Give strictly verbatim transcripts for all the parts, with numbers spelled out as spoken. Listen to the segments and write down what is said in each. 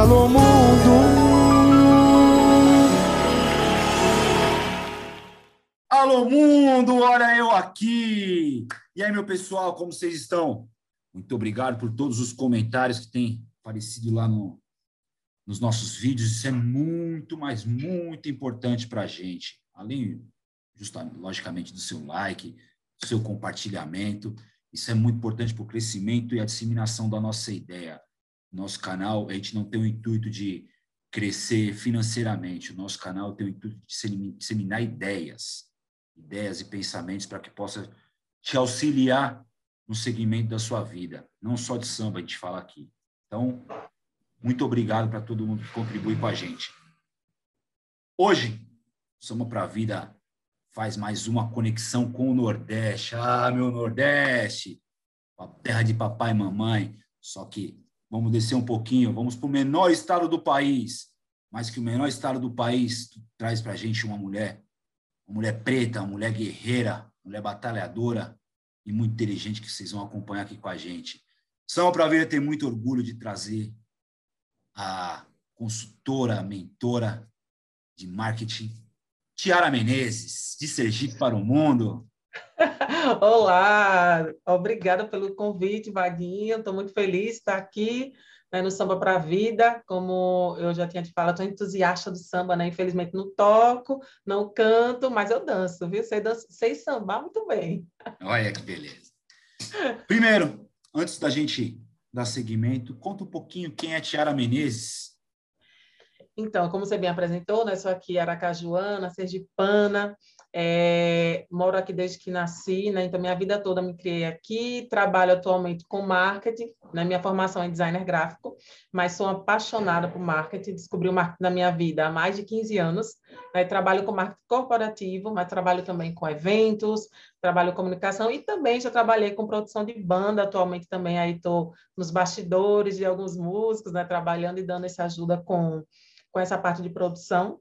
Alô, mundo! Alô, mundo! Olha eu aqui! E aí, meu pessoal, como vocês estão? Muito obrigado por todos os comentários que têm aparecido lá no, nos nossos vídeos. Isso é muito, mas muito importante para a gente. Além, justamente, logicamente, do seu like, do seu compartilhamento. Isso é muito importante para o crescimento e a disseminação da nossa ideia. Nosso canal, a gente não tem o intuito de crescer financeiramente. O nosso canal tem o intuito de disseminar ideias, ideias e pensamentos para que possa te auxiliar no segmento da sua vida. Não só de samba a gente fala aqui. Então, muito obrigado para todo mundo que contribui com a gente. Hoje, Samba para a Vida faz mais uma conexão com o Nordeste. Ah, meu Nordeste! A terra de papai e mamãe. Só que vamos descer um pouquinho, vamos para o menor estado do país. Mas que o menor estado do país traz para a gente uma mulher, uma mulher preta, uma mulher guerreira, uma mulher batalhadora e muito inteligente que vocês vão acompanhar aqui com a gente. Samba para a Vida tem muito orgulho de trazer a consultora, a mentora de marketing, Tiara Menezes, de Sergipe para o Mundo. Olá, obrigada pelo convite, Vaguinho. Estou muito feliz de estar aqui, né, no Samba para a Vida. Como eu já tinha te falado, estou entusiasta do samba, né? Infelizmente não toco, não canto, mas eu danço, viu? Sei, danço, sei sambar muito bem. Olha que beleza. Primeiro, antes da gente dar seguimento, conta um pouquinho quem é Tiara Menezes. Então, como você bem apresentou, né, sou aqui aracajuana, sergipana, é, moro aqui desde que nasci, né, então minha vida toda me criei aqui, trabalho atualmente com marketing, né, minha formação é designer gráfico, mas sou apaixonada por marketing, descobri o marketing na minha vida há mais de quinze anos, né, trabalho com marketing corporativo, mas trabalho também com eventos, trabalho com comunicação e também já trabalhei com produção de banda, atualmente também aí estou nos bastidores de alguns músicos, né, trabalhando e dando essa ajuda com com essa parte de produção,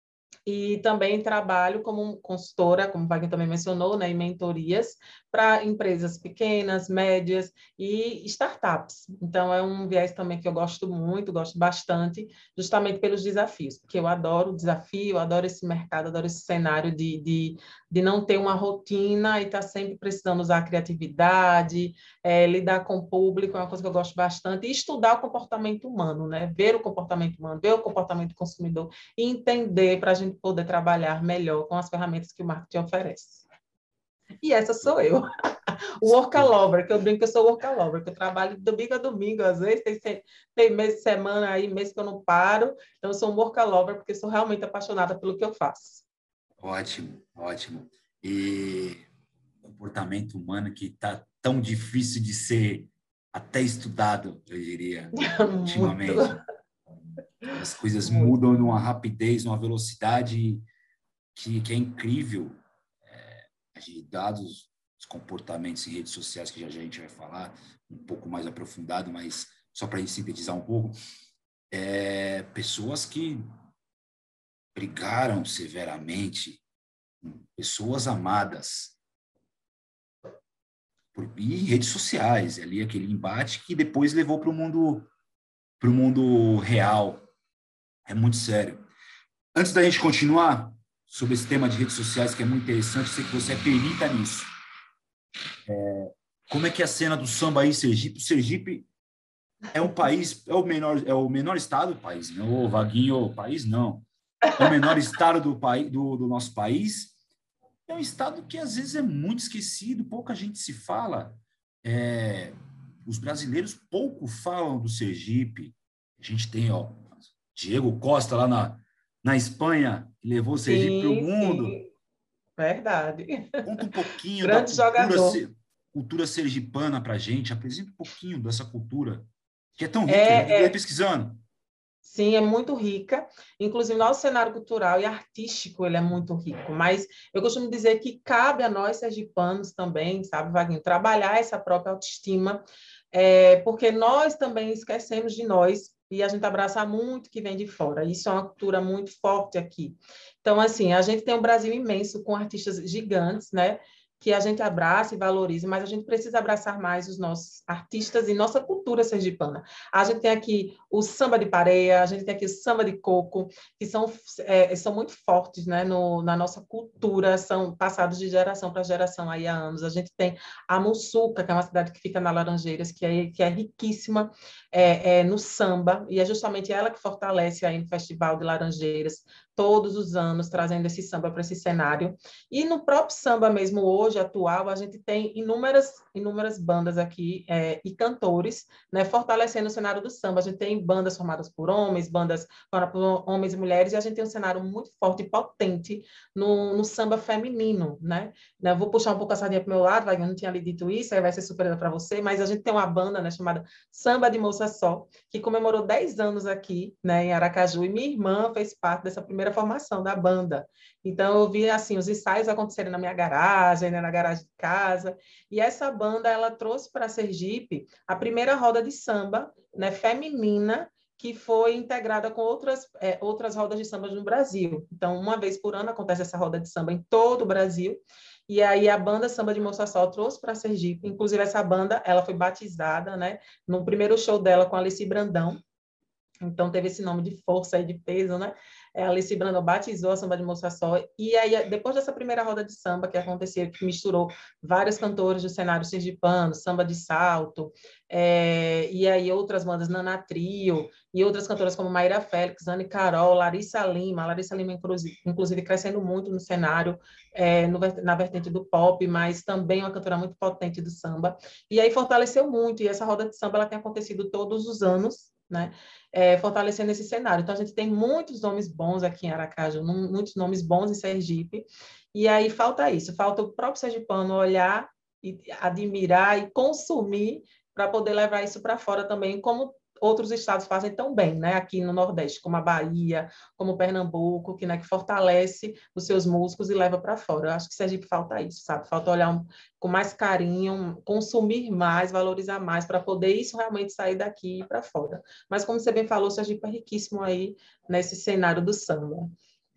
e também trabalho como consultora, como o Wagner também mencionou, né, em mentorias para empresas pequenas, médias e startups. Então, é um viés também que eu gosto muito, gosto bastante, justamente pelos desafios, porque eu adoro o desafio, eu adoro esse mercado, adoro esse cenário de, de, de não ter uma rotina e estar tá sempre precisando usar a criatividade, é, lidar com o público, é uma coisa que eu gosto bastante, e estudar o comportamento humano, né? Ver o comportamento humano, ver o comportamento do consumidor e entender para a gente poder trabalhar melhor com as ferramentas que o marketing oferece. E essa sou eu, o workalover, que eu brinco que eu sou workalover, que eu trabalho de domingo a domingo, às vezes tem, tem mês de semana aí, mês que eu não paro, então eu sou um workalover porque sou realmente apaixonada pelo que eu faço. Ótimo, ótimo. E comportamento humano que está tão difícil de ser até estudado, eu diria, ultimamente. As coisas Muito. mudam numa rapidez, numa velocidade que, que é incrível. É, de dados, os comportamentos em redes sociais, que já, já a gente vai falar um pouco mais aprofundado, mas só para a gente sintetizar um pouco, é, pessoas que brigaram severamente, pessoas amadas, por, e redes sociais, ali aquele embate que depois levou para o mundo, para o mundo real. É muito sério. Antes da gente continuar sobre esse tema de redes sociais, que é muito interessante, sei que você é perita nisso. É, como é que é a cena do samba aí, Sergipe? O Sergipe é um país, é o menor, é o menor estado do país, não, o Vaguinho, país não. É o menor estado do, país, do, do nosso país. É um estado que às vezes é muito esquecido, pouca gente se fala. É, os brasileiros pouco falam do Sergipe. A gente tem, ó, Diego Costa lá na, na Espanha, que levou o Sergipe para o mundo. Sim, verdade. Conta um pouquinho da Grande cultura, jogador. cultura sergipana para a gente. Apresenta um pouquinho dessa cultura, que é tão rica. Eu É, andei é, pesquisando. sim, é muito rica. Inclusive, nosso cenário cultural e artístico, ele é muito rico. Mas eu costumo dizer que cabe a nós, sergipanos, também, sabe, Wagner, trabalhar essa própria autoestima, é, porque nós também esquecemos de nós e a gente abraça muito que vem de fora. Isso é uma cultura muito forte aqui. Então, assim, a gente tem um Brasil imenso, com artistas gigantes, né? que a gente abrace e valorize, mas a gente precisa abraçar mais os nossos artistas e nossa cultura sergipana. A gente tem aqui o samba de pareia, a gente tem aqui o samba de coco, que são, é, são muito fortes, né, no, na nossa cultura, são passados de geração para geração aí há anos. A gente tem a Muçuca, que é uma cidade que fica na Laranjeiras, que é, que é riquíssima é, é, no samba, e é justamente ela que fortalece aí no Festival de Laranjeiras, todos os anos, trazendo esse samba para esse cenário. E no próprio samba mesmo, hoje, atual, a gente tem inúmeras, inúmeras bandas aqui é, e cantores, né, fortalecendo o cenário do samba. A gente tem bandas formadas por homens, bandas formadas por homens e mulheres, e a gente tem um cenário muito forte e potente no, no samba feminino, né? né? Vou puxar um pouco a sardinha para o meu lado, eu não tinha lhe dito isso, aí vai ser surpresa para você, mas a gente tem uma banda, né, chamada Samba de Moça Só, que comemorou dez anos aqui, né, em Aracaju, e minha irmã fez parte dessa primeira formação da banda. Então, eu vi, assim, os ensaios acontecerem na minha garagem, né, na garagem de casa, e essa banda, ela trouxe para Sergipe a primeira roda de samba, né, feminina, que foi integrada com outras, é, outras rodas de samba no Brasil. Então, uma vez por ano acontece essa roda de samba em todo o Brasil, e aí a banda Samba de Moça Só trouxe para Sergipe. Inclusive, essa banda, ela foi batizada, né, no primeiro show dela com a Alice Brandão. Então, teve esse nome de força e de peso, né? A Alice Brandão batizou a Samba de Moça Só. E aí, depois dessa primeira roda de samba que aconteceu, que misturou vários cantores do cenário sergipano, samba de salto, é, e aí outras bandas, Nana Trio, e outras cantoras como Maíra Félix, Anne Carol, Larissa Lima. Larissa Lima, inclusive, inclusive crescendo muito no cenário, é, no, na vertente do pop, mas também uma cantora muito potente do samba. E aí fortaleceu muito. E essa roda de samba ela tem acontecido todos os anos, né? É, fortalecendo esse cenário. Então, a gente tem muitos nomes bons aqui em Aracaju, muitos nomes bons em Sergipe, e aí falta isso, falta o próprio sergipano olhar e admirar e consumir para poder levar isso para fora também, como outros estados fazem tão bem, né? Aqui no Nordeste, como a Bahia, como Pernambuco, que, né, que fortalece os seus músicos e leva para fora. Eu acho que Sergipe falta isso, sabe? Falta olhar um, com mais carinho, consumir mais, valorizar mais, para poder isso realmente sair daqui e para fora. Mas, como você bem falou, Sergipe é riquíssimo aí nesse cenário do samba.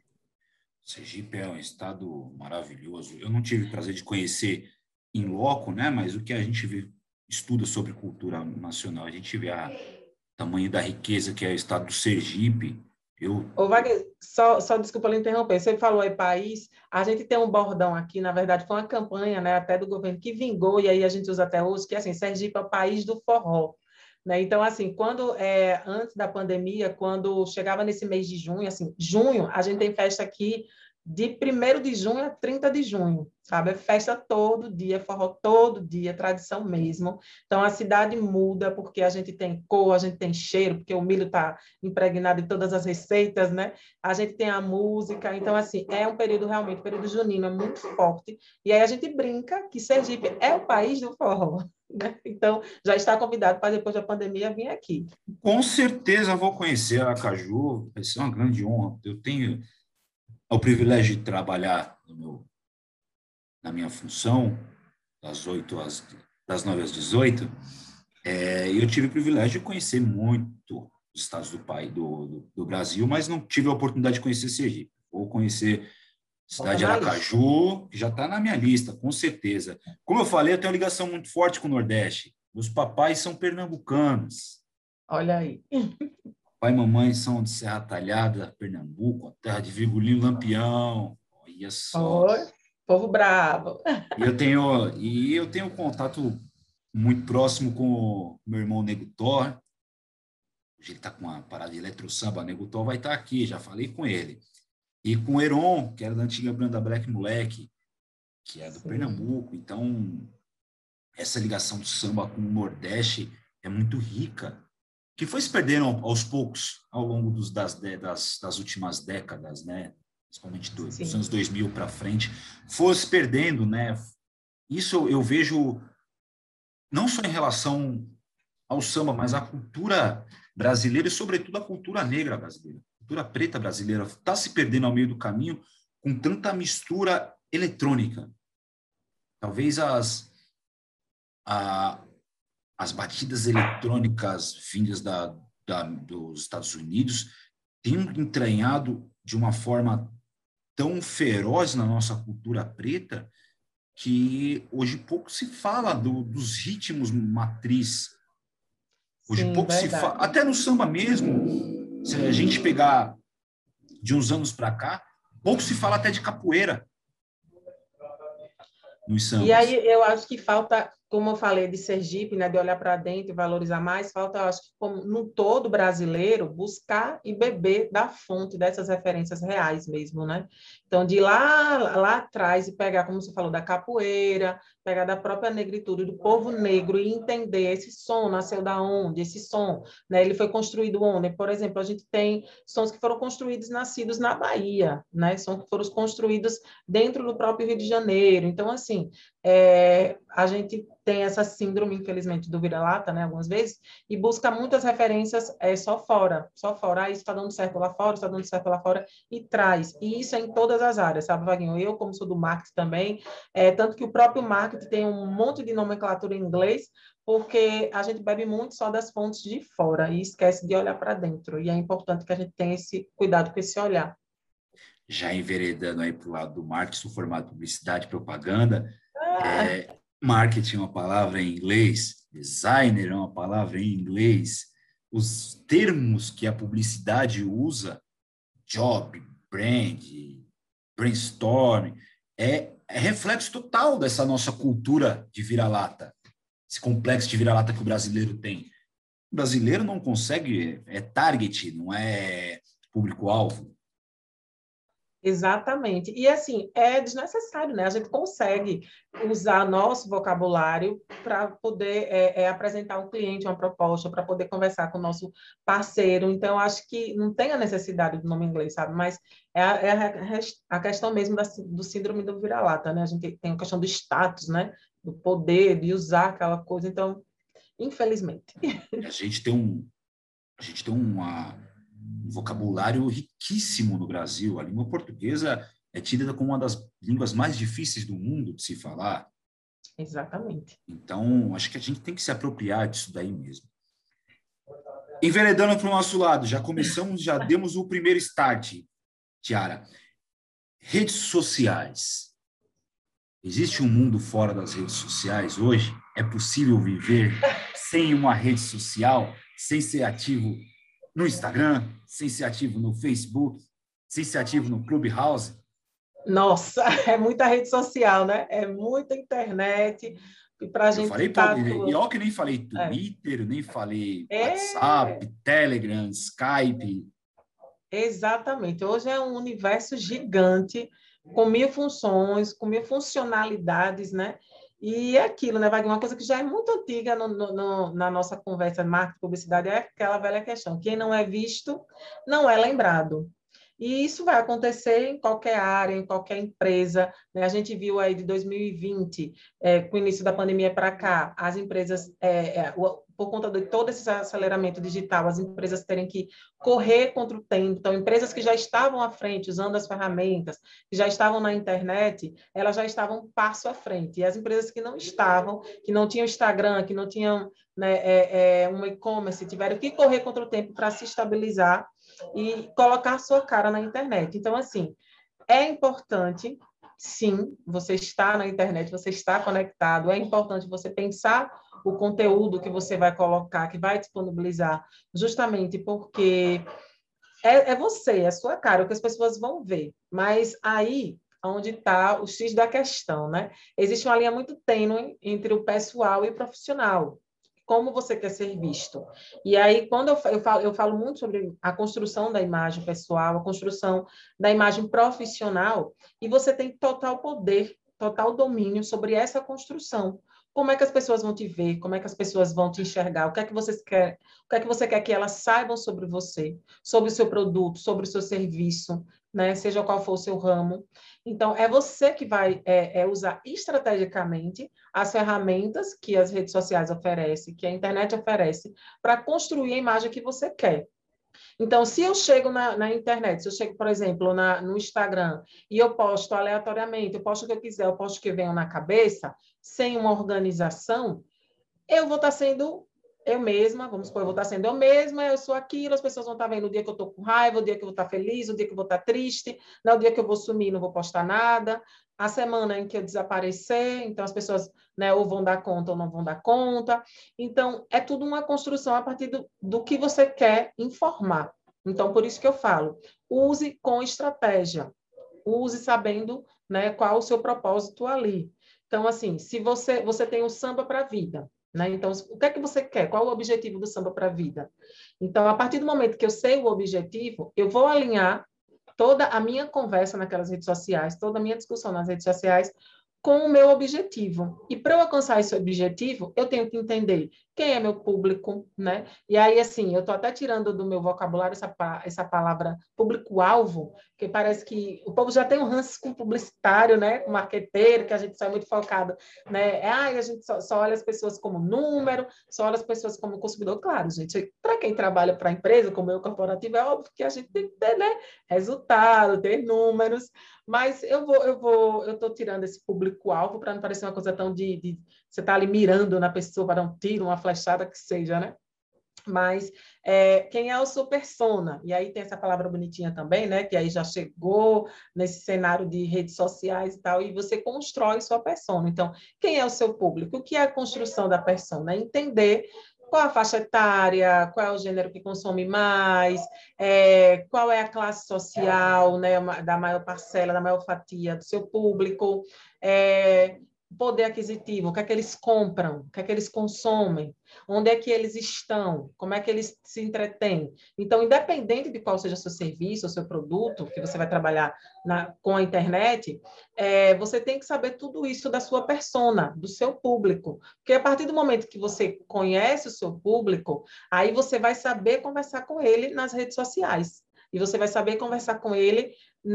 Sergipe é um estado maravilhoso. Eu não tive o prazer de conhecer em loco, né? Mas o que a gente vê, estuda sobre cultura nacional, a gente vê a tamanho da riqueza que é o estado do Sergipe. Eu... Ô, Wagner, só, só desculpa lhe interromper, você falou aí país, a gente tem um bordão aqui, na verdade foi uma campanha, né, até do governo que vingou, e aí a gente usa até hoje, que é assim, Sergipe é o país do forró. Né? Então, assim, quando é, antes da pandemia, quando chegava nesse mês de junho, assim, junho, a gente tem festa aqui de primeiro de junho a trinta de junho, sabe? É festa todo dia, forró todo dia, tradição mesmo. Então, a cidade muda porque a gente tem cor, a gente tem cheiro, porque o milho está impregnado em todas as receitas, né? A gente tem a música. Então, assim, é um período realmente, o período junino é muito forte. E aí a gente brinca que Sergipe é o país do forró. Né? Então, já está convidado para depois da pandemia vir aqui. Com certeza vou conhecer Aracaju, vai ser uma grande honra. Eu tenho o privilégio de trabalhar no meu, na minha função, das oito às das nove às dezoito, é, eu tive o privilégio de conhecer muito os estados do, país, do, do, do Brasil, mas não tive a oportunidade de conhecer Sergipe. Vou conhecer a cidade de Aracaju, que já está na minha lista, com certeza. Como eu falei, eu tenho uma ligação muito forte com o Nordeste. Meus papais são pernambucanos. Olha aí. Pai e mamãe são de Serra Talhada, Pernambuco, a terra de Virgulino Lampião. Olha só. Oi, povo bravo. E eu tenho, e eu tenho contato muito próximo com o meu irmão Nego Thor. Hoje ele está com uma parada de eletrosamba. Nego Thor vai estar aqui, já falei com ele. E com o Heron, que era da antiga Branda Black Moleque, que é do Sim. Pernambuco. Então, essa ligação do samba com o Nordeste é muito rica, que foi se perdendo aos poucos ao longo dos, das, das, das últimas décadas, né? Principalmente do, dos anos dois mil para frente, foi se perdendo, né? Isso eu vejo não só em relação ao samba, mas à cultura brasileira e, sobretudo, a cultura negra brasileira. A cultura preta brasileira está se perdendo ao meio do caminho com tanta mistura eletrônica. Talvez as, a, as batidas eletrônicas vindas da, da, dos Estados Unidos tenham entranhado de uma forma tão feroz na nossa cultura preta que hoje pouco se fala do, dos ritmos matriz. Hoje Sim, pouco se verdade. fala, até no samba mesmo, se a gente pegar de uns anos para cá, pouco se fala até de capoeira nos E aí sambas. eu acho que falta, como eu falei de Sergipe, né, de olhar para dentro e valorizar mais, falta, eu acho que como no todo brasileiro, buscar e beber da fonte dessas referências reais mesmo, né? Então, de ir lá, lá atrás e pegar, como você falou, da capoeira, pegar da própria negritude, do povo negro e entender esse som nasceu da onde, esse som, né? Ele foi construído onde? Por exemplo, a gente tem sons que foram construídos, nascidos na Bahia, né? Sons que foram construídos dentro do próprio Rio de Janeiro. Então, assim, é, a gente tem essa síndrome, infelizmente, do vira-lata, né, algumas vezes, e busca muitas referências é, só fora, só fora. Ah, isso está dando certo lá fora, está dando certo lá fora, e traz. E isso é em todas as áreas, sabe, Vaguinho? Eu, como sou do marketing também, é, tanto que o próprio marketing tem um monte de nomenclatura em inglês, porque a gente bebe muito só das fontes de fora e esquece de olhar para dentro. E é importante que a gente tenha esse cuidado com esse olhar. Já enveredando aí para o lado do marketing, sou formado em publicidade e propaganda. Ah, É, marketing é uma palavra em inglês, designer é uma palavra em inglês. Os termos que a publicidade usa, job, brand, brainstorm, é, é reflexo total dessa nossa cultura de vira-lata, esse complexo de vira-lata que o brasileiro tem. O brasileiro não consegue, é target, não é público-alvo. exatamente. E assim, é desnecessário, né? A gente consegue usar nosso vocabulário para poder é, é, apresentar um cliente uma proposta, para poder conversar com o nosso parceiro. Então, acho que não tem a necessidade do nome inglês, sabe? Mas é a, é a, a questão mesmo da, do síndrome do vira-lata, né? A gente tem a questão do status, né? Do poder, de usar aquela coisa. Então, infelizmente. A gente tem um, a gente tem uma, um vocabulário riquíssimo no Brasil. A língua portuguesa é tida como uma das línguas mais difíceis do mundo de se falar. Exatamente. Então, acho que a gente tem que se apropriar disso daí mesmo. Enveredando para o nosso lado, já começamos, já demos o primeiro start, Tiara. Redes sociais. Existe um mundo fora das redes sociais hoje? É possível viver sem uma rede social, sem ser ativo no Instagram, sem ser ativo no Facebook, sem ser ativo no Clubhouse? Nossa, é muita rede social, né? É muita internet. E para a Eu gente falei pouco, estar. e ó que nem falei É. Twitter, nem falei É, WhatsApp, Telegram, Skype. exatamente. Hoje é um universo gigante, com mil funções, com mil funcionalidades, né? E é aquilo, né, Wagner? Uma coisa que já é muito antiga no, no, no, na nossa conversa de marketing e publicidade é aquela velha questão: quem não é visto não é lembrado. E isso vai acontecer em qualquer área, em qualquer empresa, né? A gente viu aí de dois mil e vinte, é, com o início da pandemia para cá, as empresas, é, é, o, por conta de todo esse aceleramento digital, as empresas terem que correr contra o tempo. Então, empresas que já estavam à frente, usando as ferramentas, que já estavam na internet, elas já estavam um passo à frente. E as empresas que não estavam, que não tinham Instagram, que não tinham, né, é, é, um e-commerce, tiveram que correr contra o tempo para se estabilizar e colocar sua cara na internet. Então, assim, é importante, sim, você está na internet, você está conectado, é importante você pensar o conteúdo que você vai colocar, que vai disponibilizar, justamente porque é, é você, é a sua cara, o que as pessoas vão ver. Mas aí onde está o X da questão, né? Existe uma linha muito tênue entre o pessoal e o profissional. Como você quer ser visto. E aí, quando eu falo, eu falo muito sobre a construção da imagem pessoal, a construção da imagem profissional, e você tem total poder, total domínio sobre essa construção. Como é que as pessoas vão te ver? Como é que as pessoas vão te enxergar? O que é que você quer, o que é que você quer que elas saibam sobre você, sobre o seu produto, sobre o seu serviço, né? Seja qual for o seu ramo. Então, é você que vai é, é usar estrategicamente as ferramentas que as redes sociais oferecem, que a internet oferece, para construir a imagem que você quer. Então, se eu chego na, na internet, se eu chego, por exemplo, na, no Instagram, e eu posto aleatoriamente, eu posto o que eu quiser, eu posto o que venha na cabeça, sem uma organização, eu vou estar sendo eu mesma, vamos supor, eu vou estar sendo eu mesma, eu sou aquilo, as pessoas vão estar vendo o dia que eu estou com raiva, o dia que eu vou estar feliz, o dia que eu vou estar triste, não, o dia que eu vou sumir, não vou postar nada, a semana em que eu desaparecer, então as pessoas, né, ou vão dar conta ou não vão dar conta. Então, é tudo uma construção a partir do, do que você quer informar. Então, por isso que eu falo, use com estratégia, use sabendo, né, qual o seu propósito ali. Então, assim, se você, você tem o samba para a vida, né? Então, o que é que você quer? Qual o objetivo do samba para a vida? Então, a partir do momento que eu sei o objetivo, eu vou alinhar toda a minha conversa naquelas redes sociais, toda a minha discussão nas redes sociais com o meu objetivo. E para eu alcançar esse objetivo, eu tenho que entender quem é meu público, né? E aí, assim, eu estou até tirando do meu vocabulário essa, essa palavra público-alvo, que parece que o povo já tem um ranço com publicitário, né? Com marqueteiro, que a gente só é muito focado, né? É, ai, a gente só, só olha as pessoas como número, só olha as pessoas como consumidor. Claro, gente, para quem trabalha para a empresa, como eu corporativo, é óbvio que a gente tem que ter, né, resultado, ter números, mas eu vou, eu vou, eu estou tirando esse público-alvo para não parecer uma coisa tão de, de você estar tá ali mirando na pessoa para dar um tiro, uma flechada que seja, né? Mas é, quem é o seu persona? E aí tem essa palavra bonitinha também, né? Que aí já chegou nesse cenário de redes sociais e tal, e você constrói sua persona. Então, quem é o seu público? O que é a construção da persona? É entender qual a faixa etária, qual é o gênero que consome mais, é, qual é a classe social, né, da maior parcela, da maior fatia do seu público, é, poder aquisitivo, o que é que eles compram, o que é que eles consomem, onde é que eles estão, como é que eles se entretêm. Então, independente de qual seja o seu serviço, o seu produto, que você vai trabalhar na, com a internet, é, você tem que saber tudo isso da sua persona, do seu público. Porque a partir do momento que você conhece o seu público, aí você vai saber conversar com ele nas redes sociais. E você vai saber conversar com ele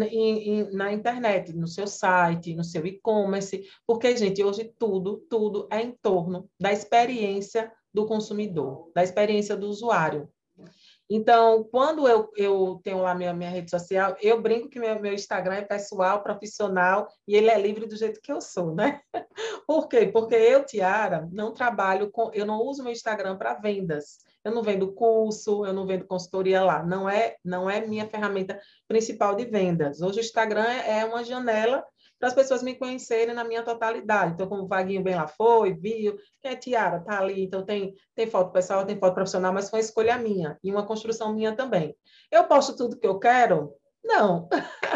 na internet, no seu site, no seu e-commerce, porque, gente, hoje tudo, tudo é em torno da experiência do consumidor, da experiência do usuário. Então, quando eu, eu tenho lá minha, minha rede social, eu brinco que meu, meu Instagram é pessoal, profissional, e ele é livre do jeito que eu sou, né? Por quê? Porque eu, Tiara, não trabalho com... Eu não uso meu Instagram para vendas. Eu não vendo curso, eu não vendo consultoria lá. Não é, não é minha ferramenta principal de vendas. Hoje o Instagram é uma janela para as pessoas me conhecerem na minha totalidade. Então, como o Vaguinho bem lá foi, viu, quem é Tiara, tá ali. Então, tem, tem foto pessoal, tem foto profissional, mas foi uma escolha minha e uma construção minha também. Eu posto tudo que eu quero? Não.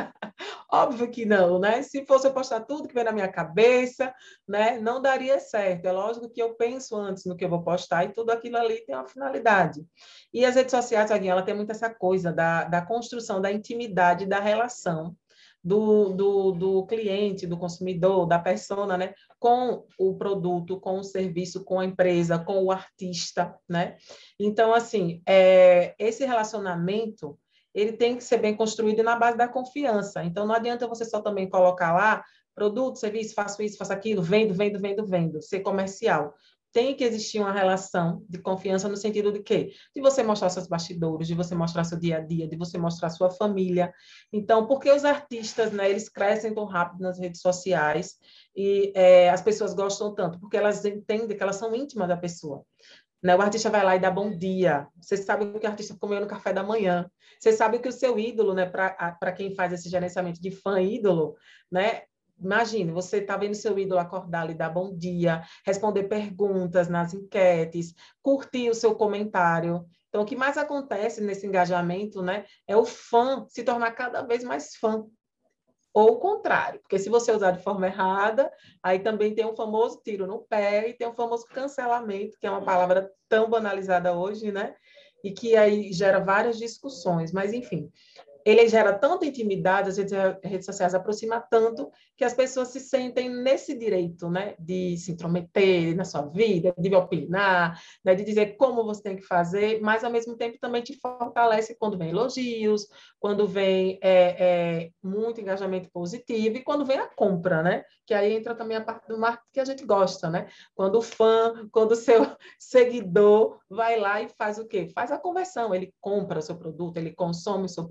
Óbvio que não, né? Se fosse eu postar tudo que vem na minha cabeça, né, não daria certo. É lógico que eu penso antes no que eu vou postar e tudo aquilo ali tem uma finalidade. E as redes sociais, Aguinha, ela tem muito essa coisa da, da construção da intimidade da relação do, do, do cliente, do consumidor, da persona, né, com o produto, com o serviço, com a empresa, com o artista, né? Então, assim, é, esse relacionamento ele tem que ser bem construído na base da confiança. Então, não adianta você só também colocar lá produto, serviço, faço isso, faço aquilo, vendo, vendo, vendo, vendo, ser comercial. Tem que existir uma relação de confiança no sentido de quê? De você mostrar seus bastidores, de você mostrar seu dia a dia, de você mostrar sua família. Então, porque os artistas, né, eles crescem tão rápido nas redes sociais e é, as pessoas gostam tanto? Porque elas entendem que elas são íntimas da pessoa. Né? O artista vai lá e dá bom dia. Você sabe o que o artista comeu no café da manhã. Você sabe que o seu ídolo, né, para quem faz esse gerenciamento de fã-ídolo, né? Imagine, você está vendo seu ídolo acordar e dar bom dia, responder perguntas nas enquetes, curtir o seu comentário. Então, o que mais acontece nesse engajamento, né, é o fã se tornar cada vez mais fã. Ou o contrário, porque se você usar de forma errada, aí também tem um famoso tiro no pé e tem um famoso cancelamento, que é uma palavra tão banalizada hoje, né? E que aí gera várias discussões, mas enfim. Ele gera tanta intimidade, as redes sociais aproximam tanto que as pessoas se sentem nesse direito, né, de se intrometer na sua vida, de opinar, né, de dizer como você tem que fazer, mas, ao mesmo tempo, também te fortalece quando vem elogios, quando vem é, é, muito engajamento positivo e quando vem a compra, né, que aí entra também a parte do marketing que a gente gosta, né, quando o fã, quando o seu seguidor vai lá e faz o quê? Faz a conversão, ele compra o seu produto, ele consome o seu produto,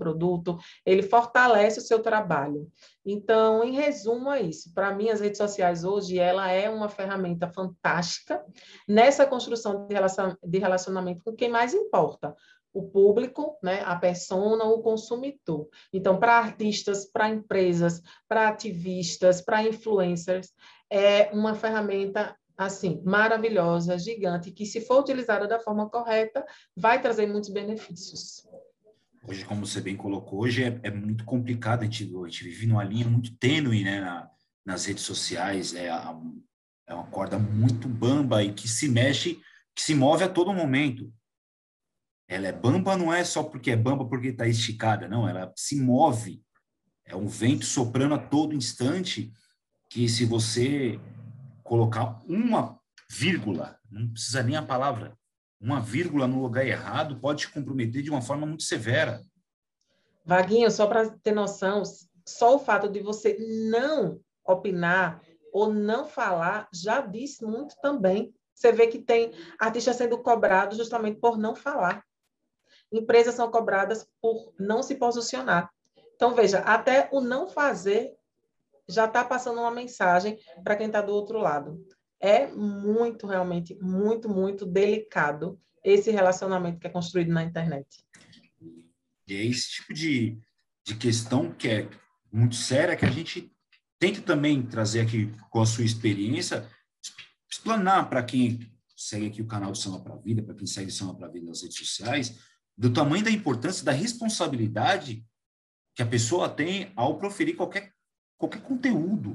ponto, ele fortalece o seu trabalho. Então, em resumo, é isso. Para mim, as redes sociais hoje, ela é uma ferramenta fantástica nessa construção de relacion- de relacionamento com quem mais importa, o público, né, a persona, o consumidor. Então, para artistas, para empresas, para ativistas, para influencers, é uma ferramenta assim maravilhosa, gigante, que se for utilizada da forma correta, vai trazer muitos benefícios. Hoje, como você bem colocou, hoje é, é muito complicado, a gente, a gente vive numa linha muito tênue, né, na, nas redes sociais, é, a, é uma corda muito bamba e que se mexe, que se move a todo momento. Ela é bamba não é só porque é bamba porque está esticada, não, ela se move. É um vento soprando a todo instante que se você colocar uma vírgula, não precisa nem a palavra, uma vírgula no lugar errado pode te comprometer de uma forma muito severa. Vaguinho, só para ter noção, só o fato de você não opinar ou não falar já diz muito também. Você vê que tem artistas sendo cobrados justamente por não falar. Empresas são cobradas por não se posicionar. Então, veja, até o não fazer já está passando uma mensagem para quem está do outro lado. É muito, realmente, muito, muito delicado esse relacionamento que é construído na internet. E é esse tipo de, de questão que é muito séria, que a gente tenta também trazer aqui com a sua experiência, explanar para quem segue aqui o canal do Samba para a Vida, para quem segue o Samba para a Vida nas redes sociais, do tamanho da importância, da responsabilidade que a pessoa tem ao proferir qualquer, qualquer conteúdo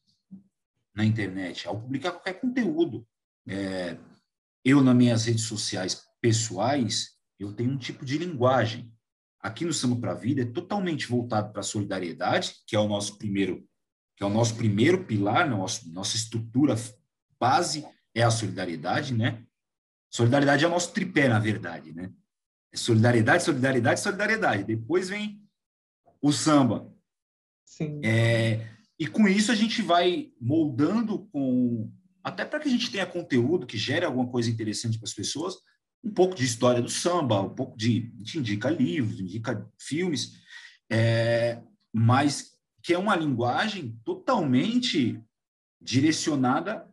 na internet, ao publicar qualquer conteúdo. É, eu, nas minhas redes sociais pessoais, eu tenho um tipo de linguagem. Aqui no Samba para a Vida é totalmente voltado para a solidariedade, que é o nosso primeiro, que é o nosso primeiro pilar, nosso, nossa estrutura base é a solidariedade, né? Solidariedade é o nosso tripé, na verdade, né? É solidariedade, solidariedade, solidariedade. Depois vem o samba. Sim. É, e com isso a gente vai moldando com até para que a gente tenha conteúdo que gere alguma coisa interessante para as pessoas, um pouco de história do samba, um pouco de a gente indica livros, indica filmes, é, mas que é uma linguagem totalmente direcionada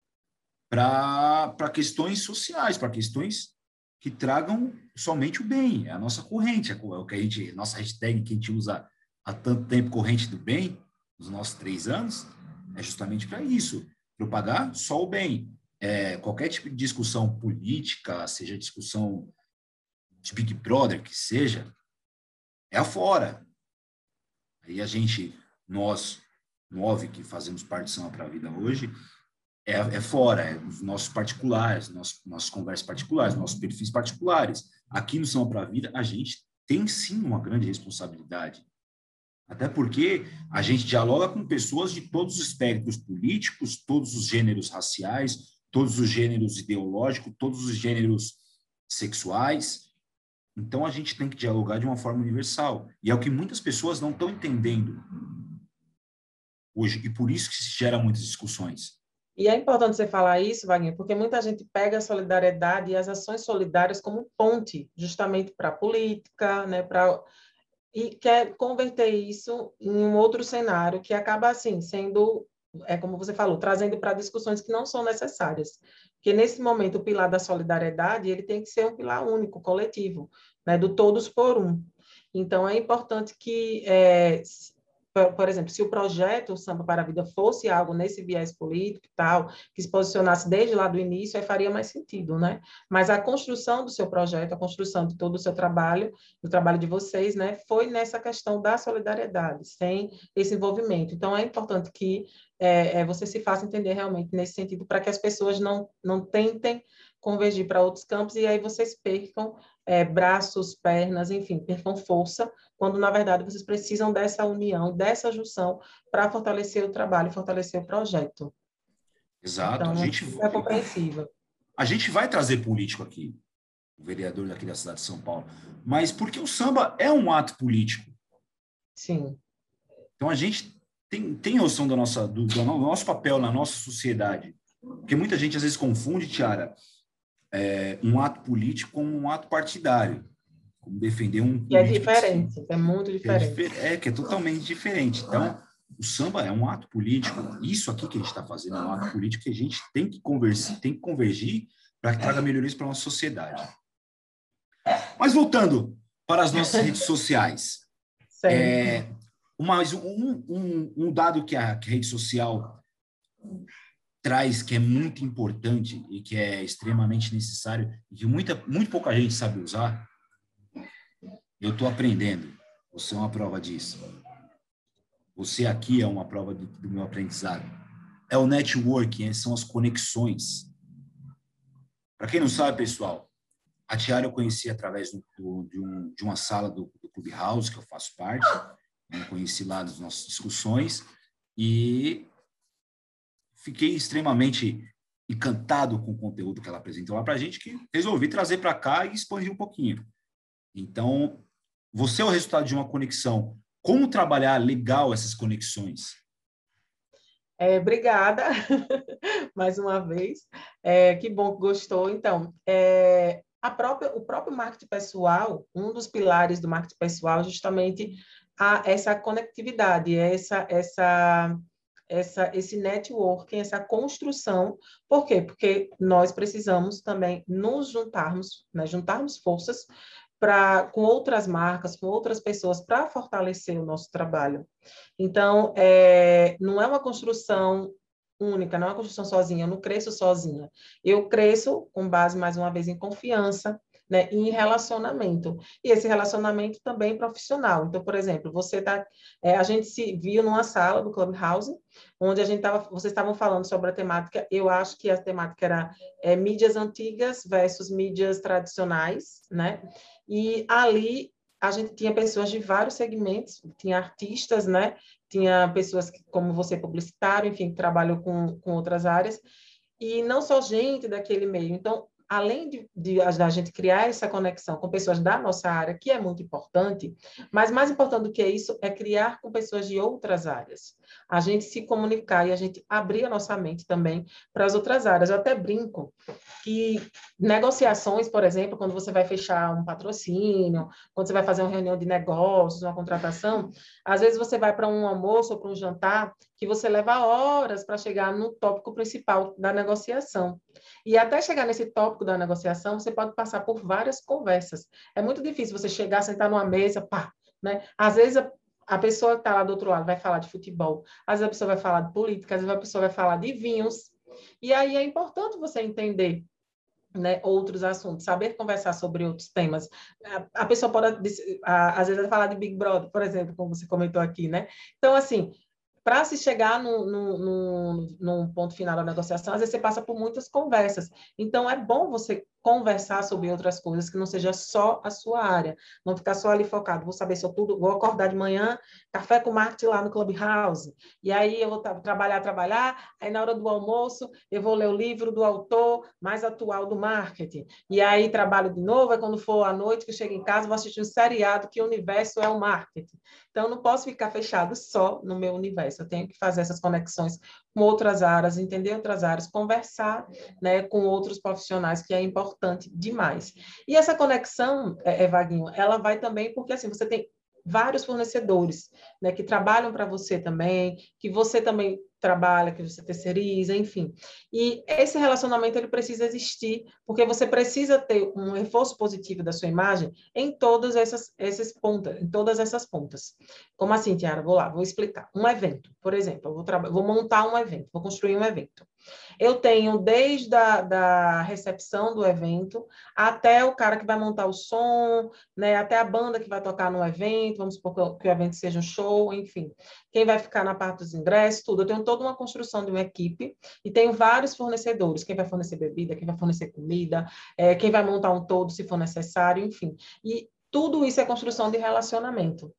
para questões sociais, para questões que tragam somente o bem. É a nossa corrente, é o que a gente, nossa hashtag que a gente usa há tanto tempo, corrente do bem, nos nossos três anos, é justamente para isso, propagar só o bem. É, qualquer tipo de discussão política, seja discussão de Big Brother, que seja, é afora. Aí a gente, nós, nove que fazemos parte do Samba para a Vida hoje, é, é fora, é os nossos particulares, nossos, nossas conversas particulares, nossos perfis particulares. Aqui no Samba para a Vida, a gente tem sim uma grande responsabilidade. Até porque a gente dialoga com pessoas de todos os espectros políticos, todos os gêneros raciais, todos os gêneros ideológicos, todos os gêneros sexuais. Então, a gente tem que dialogar de uma forma universal. E é o que muitas pessoas não estão entendendo hoje. E por isso que se gera muitas discussões. E é importante você falar isso, Wagner, porque muita gente pega a solidariedade e as ações solidárias como ponte, justamente para a política, né, para... e quer converter isso em um outro cenário que acaba, assim, sendo, é como você falou, trazendo para discussões que não são necessárias. Porque, nesse momento, o pilar da solidariedade, ele tem que ser um pilar único, coletivo, né, do todos por um. Então, é importante que... É, Por, por exemplo, se o projeto Samba para a Vida fosse algo nesse viés político e tal, que se posicionasse desde lá do início, aí faria mais sentido, né? Mas a construção do seu projeto, a construção de todo o seu trabalho, do trabalho de vocês, né, foi nessa questão da solidariedade, sem esse envolvimento. Então, é importante que é, é, você se faça entender realmente nesse sentido, para que as pessoas não, não tentem convergir para outros campos e aí vocês percam é, braços, pernas, enfim, percam força, quando, na verdade, vocês precisam dessa união, dessa junção para fortalecer o trabalho, fortalecer o projeto. Exato. Então, A gente, é compreensível. a gente vai trazer político aqui, o vereador daqui da cidade de São Paulo, mas porque o samba é um ato político. Sim. Então, a gente tem, tem noção do, nossa, do, do nosso papel na nossa sociedade. Porque muita gente, às vezes, confunde, Tiara, é, um ato político com um ato partidário. como defender um E é político... diferente, é muito diferente. É, é, que é totalmente diferente. Então, o samba é um ato político. Isso aqui que a gente está fazendo é um ato político que a gente tem que conversar, tem que convergir para que traga melhorias para a nossa sociedade. Mas voltando para as nossas redes sociais. É, mais um, um, um dado que a, que a rede social traz, que é muito importante e que é extremamente necessário, e que muita, muito pouca gente sabe usar, eu estou aprendendo. Você é uma prova disso. Você aqui é uma prova do, do meu aprendizado. É o networking, são as conexões. Para quem não sabe, pessoal, a Tiara eu conheci através do, do, de, um, de uma sala do, do Clubhouse, que eu faço parte. Eu conheci lá nas nossas discussões e fiquei extremamente encantado com o conteúdo que ela apresentou lá para a gente, que resolvi trazer para cá e expandir um pouquinho. Então, você é o resultado de uma conexão. Como trabalhar legal essas conexões? É, obrigada, mais uma vez. É, que bom que gostou. Então, é, a própria, o próprio marketing pessoal, um dos pilares do marketing pessoal é justamente a, essa conectividade, essa, essa, essa, esse networking, essa construção. Por quê? Porque nós precisamos também nos juntarmos, né, juntarmos forças Pra, com outras marcas, com outras pessoas, para fortalecer o nosso trabalho. Então, é, não é uma construção única, não é uma construção sozinha, eu não cresço sozinha. Eu cresço com base, mais uma vez, em confiança, né, e em relacionamento. E esse relacionamento também profissional. Então, por exemplo, você tá, é, a gente se viu numa sala do Clubhouse, onde a gente tava, vocês estavam falando sobre a temática, eu acho que a temática era é, mídias antigas versus mídias tradicionais, né? E ali a gente tinha pessoas de vários segmentos, tinha artistas, né? Tinha pessoas que, como você, publicitário, enfim, que trabalham com, com outras áreas, e não só gente daquele meio. Então, além de, de a gente criar essa conexão com pessoas da nossa área, que é muito importante, mas mais importante do que isso é criar com pessoas de outras áreas. A gente se comunicar e a gente abrir a nossa mente também para as outras áreas. Eu até brinco que negociações, por exemplo, quando você vai fechar um patrocínio, quando você vai fazer uma reunião de negócios, uma contratação, às vezes você vai para um almoço ou para um jantar que você leva horas para chegar no tópico principal da negociação. E até chegar nesse tópico da negociação, você pode passar por várias conversas. É muito difícil você chegar, sentar numa mesa, pá, né? Às vezes a, a pessoa que está lá do outro lado vai falar de futebol, às vezes a pessoa vai falar de política, às vezes a pessoa vai falar de vinhos. E aí é importante você entender, né, outros assuntos, saber conversar sobre outros temas. A, a pessoa pode, a, às vezes, falar de Big Brother, por exemplo, como você comentou aqui, né? Então, assim, para se chegar no, no, no, num ponto final da negociação, às vezes você passa por muitas conversas. Então, é bom você conversar sobre outras coisas que não seja só a sua área, não ficar só ali focado, vou saber sobre tudo, vou acordar de manhã, café com marketing lá no Clubhouse, e aí eu vou tra trabalhar, trabalhar, aí na hora do almoço eu vou ler o livro do autor mais atual do marketing, e aí trabalho de novo, é quando for à noite que eu chego em casa, vou assistir um seriado que o universo é o marketing. Então, eu não posso ficar fechado só no meu universo, eu tenho que fazer essas conexões com outras áreas, entender outras áreas, conversar, né, com outros profissionais, que é importante demais. E essa conexão, é, é, Vaguinho, ela vai também porque, assim, você tem vários fornecedores, né, que trabalham para você também, que você também trabalha, que você terceiriza, enfim. E esse relacionamento, ele precisa existir, porque você precisa ter um reforço positivo da sua imagem em todas essas, essas pontas, em todas essas pontas. Como assim, Tiara? Vou lá, vou explicar. Um evento, por exemplo, eu vou, vou montar um evento, vou construir um evento. Eu tenho desde a da recepção do evento até o cara que vai montar o som, né, até a banda que vai tocar no evento, vamos supor que o evento seja um show, enfim. Quem vai ficar na parte dos ingressos, tudo. Eu tenho toda uma construção de uma equipe e tenho vários fornecedores, quem vai fornecer bebida, quem vai fornecer comida, é, quem vai montar um todo se for necessário, enfim. E tudo isso é construção de relacionamento.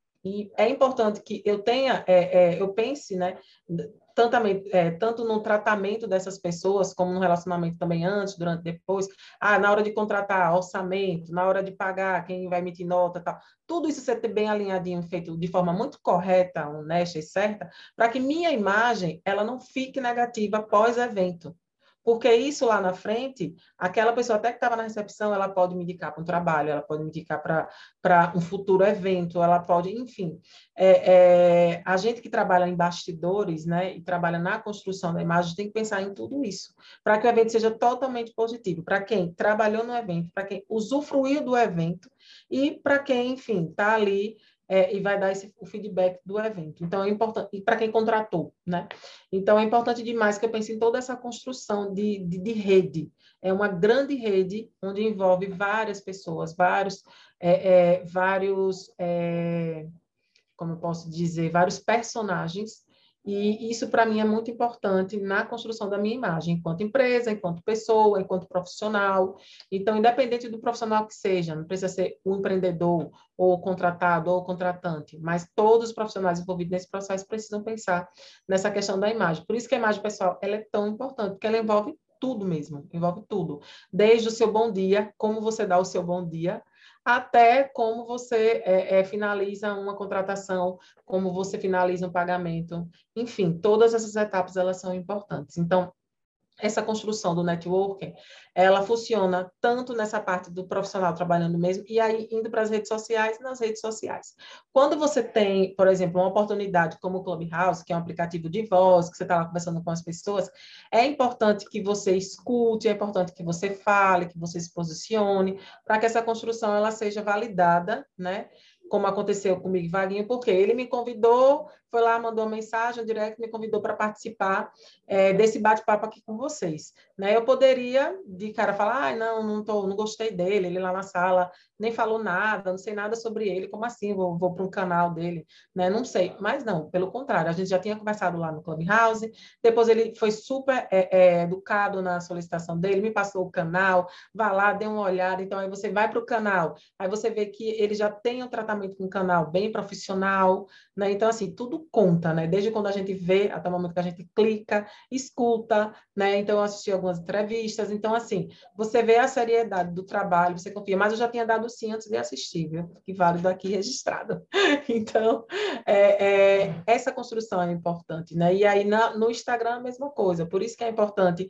E é importante que eu tenha, é, é, eu pense, né, tanto, é, tanto no tratamento dessas pessoas, como no relacionamento também antes, durante, depois, ah, na hora de contratar, orçamento, na hora de pagar, quem vai emitir nota, tal. Tudo isso você ter bem alinhadinho, feito de forma muito correta, honesta e certa, para que minha imagem, ela não fique negativa pós-evento. Porque isso lá na frente, aquela pessoa até que estava na recepção, ela pode me indicar para um trabalho, ela pode me indicar para um futuro evento, ela pode, enfim. É, é, a gente que trabalha em bastidores, né, e trabalha na construção da imagem, tem que pensar em tudo isso, para que o evento seja totalmente positivo, para quem trabalhou no evento, para quem usufruiu do evento e para quem, enfim, está ali é, e vai dar esse, o feedback do evento. Então, é importante, e para quem contratou, né? Então, é importante demais que eu pense em toda essa construção de, de, de rede. É uma grande rede onde envolve várias pessoas, vários, é, é, vários é, como eu posso dizer, vários personagens, e isso, para mim, é muito importante na construção da minha imagem, enquanto empresa, enquanto pessoa, enquanto profissional. Então, independente do profissional que seja, não precisa ser o empreendedor, ou contratado, ou contratante, mas todos os profissionais envolvidos nesse processo precisam pensar nessa questão da imagem. Por isso que a imagem pessoal ela é tão importante, porque ela envolve tudo mesmo, envolve tudo. Desde o seu bom dia, como você dá o seu bom dia, até como você é, é, finaliza uma contratação, como você finaliza um pagamento. Enfim, todas essas etapas elas são importantes. Então, essa construção do networking, ela funciona tanto nessa parte do profissional trabalhando mesmo, e aí indo para as redes sociais, nas redes sociais. Quando você tem, por exemplo, uma oportunidade como o Clubhouse, que é um aplicativo de voz, que você está lá conversando com as pessoas, é importante que você escute, é importante que você fale, que você se posicione, para que essa construção ela seja validada, né? Como aconteceu comigo, Vaguinho, porque ele me convidou, foi lá, mandou uma mensagem, um direct, me convidou para participar é, desse bate-papo aqui com vocês. Né? Eu poderia, de cara, falar, ah, não, não, tô, não gostei dele, ele lá na sala nem falou nada, não sei nada sobre ele, como assim, vou, vou para um canal dele, né? Não sei, mas não, pelo contrário, a gente já tinha conversado lá no Clubhouse, depois ele foi super é, é, educado na solicitação dele, me passou o canal, vá lá, dê uma olhada, então aí você vai para o canal, aí você vê que ele já tem um tratamento com um canal bem profissional, né? Então, assim, tudo conta, né? Desde quando a gente vê, até o momento que a gente clica, escuta, né? Então, eu assisti algumas entrevistas. Então, assim, você vê a seriedade do trabalho, você confia. Mas eu já tinha dado sim antes de assistir, viu? Que válido aqui registrado. Então, é, é, essa construção é importante, né? E aí, na, no Instagram, a mesma coisa. Por isso que é importante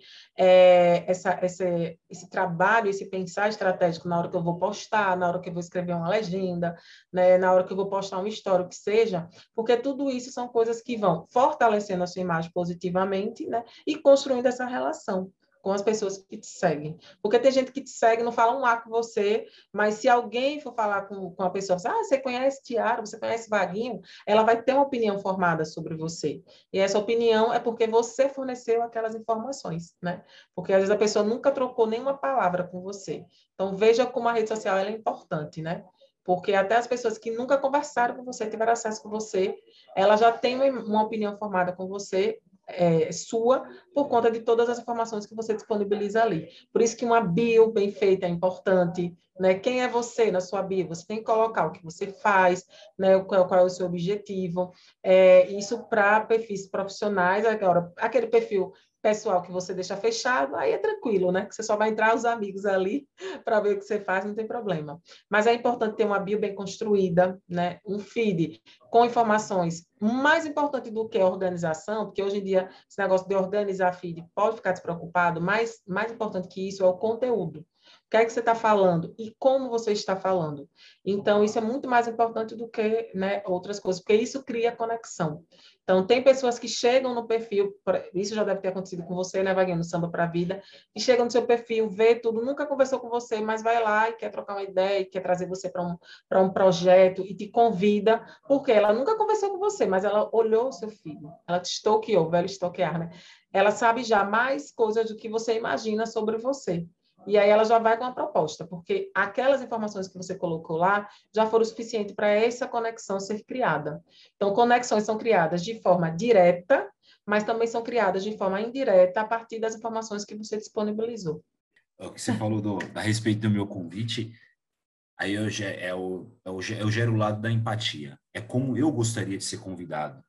é, essa, esse, esse trabalho, esse pensar estratégico na hora que eu vou postar, na hora que eu vou escrever uma legenda, né? Na hora que eu vou postar uma história, o que seja, porque tudo isso são coisas que vão fortalecendo a sua imagem positivamente, né? E construindo essa relação com as pessoas que te seguem. Porque tem gente que te segue, não fala um A com você, mas se alguém for falar com, com a pessoa, ah, você conhece Tiago, você conhece Vaguinho, ela vai ter uma opinião formada sobre você. E essa opinião é porque você forneceu aquelas informações, né? Porque às vezes a pessoa nunca trocou nenhuma palavra com você. Então veja como a rede social ela é importante, né? Porque até as pessoas que nunca conversaram com você, tiveram acesso com você, ela já tem uma opinião formada com você, é, sua, por conta de todas as informações que você disponibiliza ali. Por isso que uma bio bem feita é importante, né? Quem é você na sua bio? Você tem que colocar o que você faz, né? Qual, qual é o seu objetivo. É, isso para perfis profissionais, agora, aquele perfil pessoal que você deixa fechado, aí é tranquilo, né? Que você só vai entrar os amigos ali para ver o que você faz, não tem problema. Mas é importante ter uma bio bem construída, né? Um feed com informações. Mais importante do que a organização, porque hoje em dia esse negócio de organizar feed pode ficar despreocupado, mas mais importante que isso é o conteúdo. O que é que você está falando e como você está falando. Então, isso é muito mais importante do que, né, outras coisas, porque isso cria conexão. Então, tem pessoas que chegam no perfil, isso já deve ter acontecido com você, né, Vaguinho, no Samba para a Vida, que chegam no seu perfil, vê tudo, nunca conversou com você, mas vai lá e quer trocar uma ideia, e quer trazer você para um, para um projeto e te convida, porque ela nunca conversou com você, mas ela olhou o seu filho, ela te stalkeou, velho stalkear, né? Ela sabe já mais coisas do que você imagina sobre você. E aí ela já vai com a proposta, porque aquelas informações que você colocou lá já foram suficientes para essa conexão ser criada. Então, conexões são criadas de forma direta, mas também são criadas de forma indireta a partir das informações que você disponibilizou. O que você falou do, a respeito do meu convite, aí eu, é, o, é, o, eu gero o lado da empatia. É como eu gostaria de ser convidado.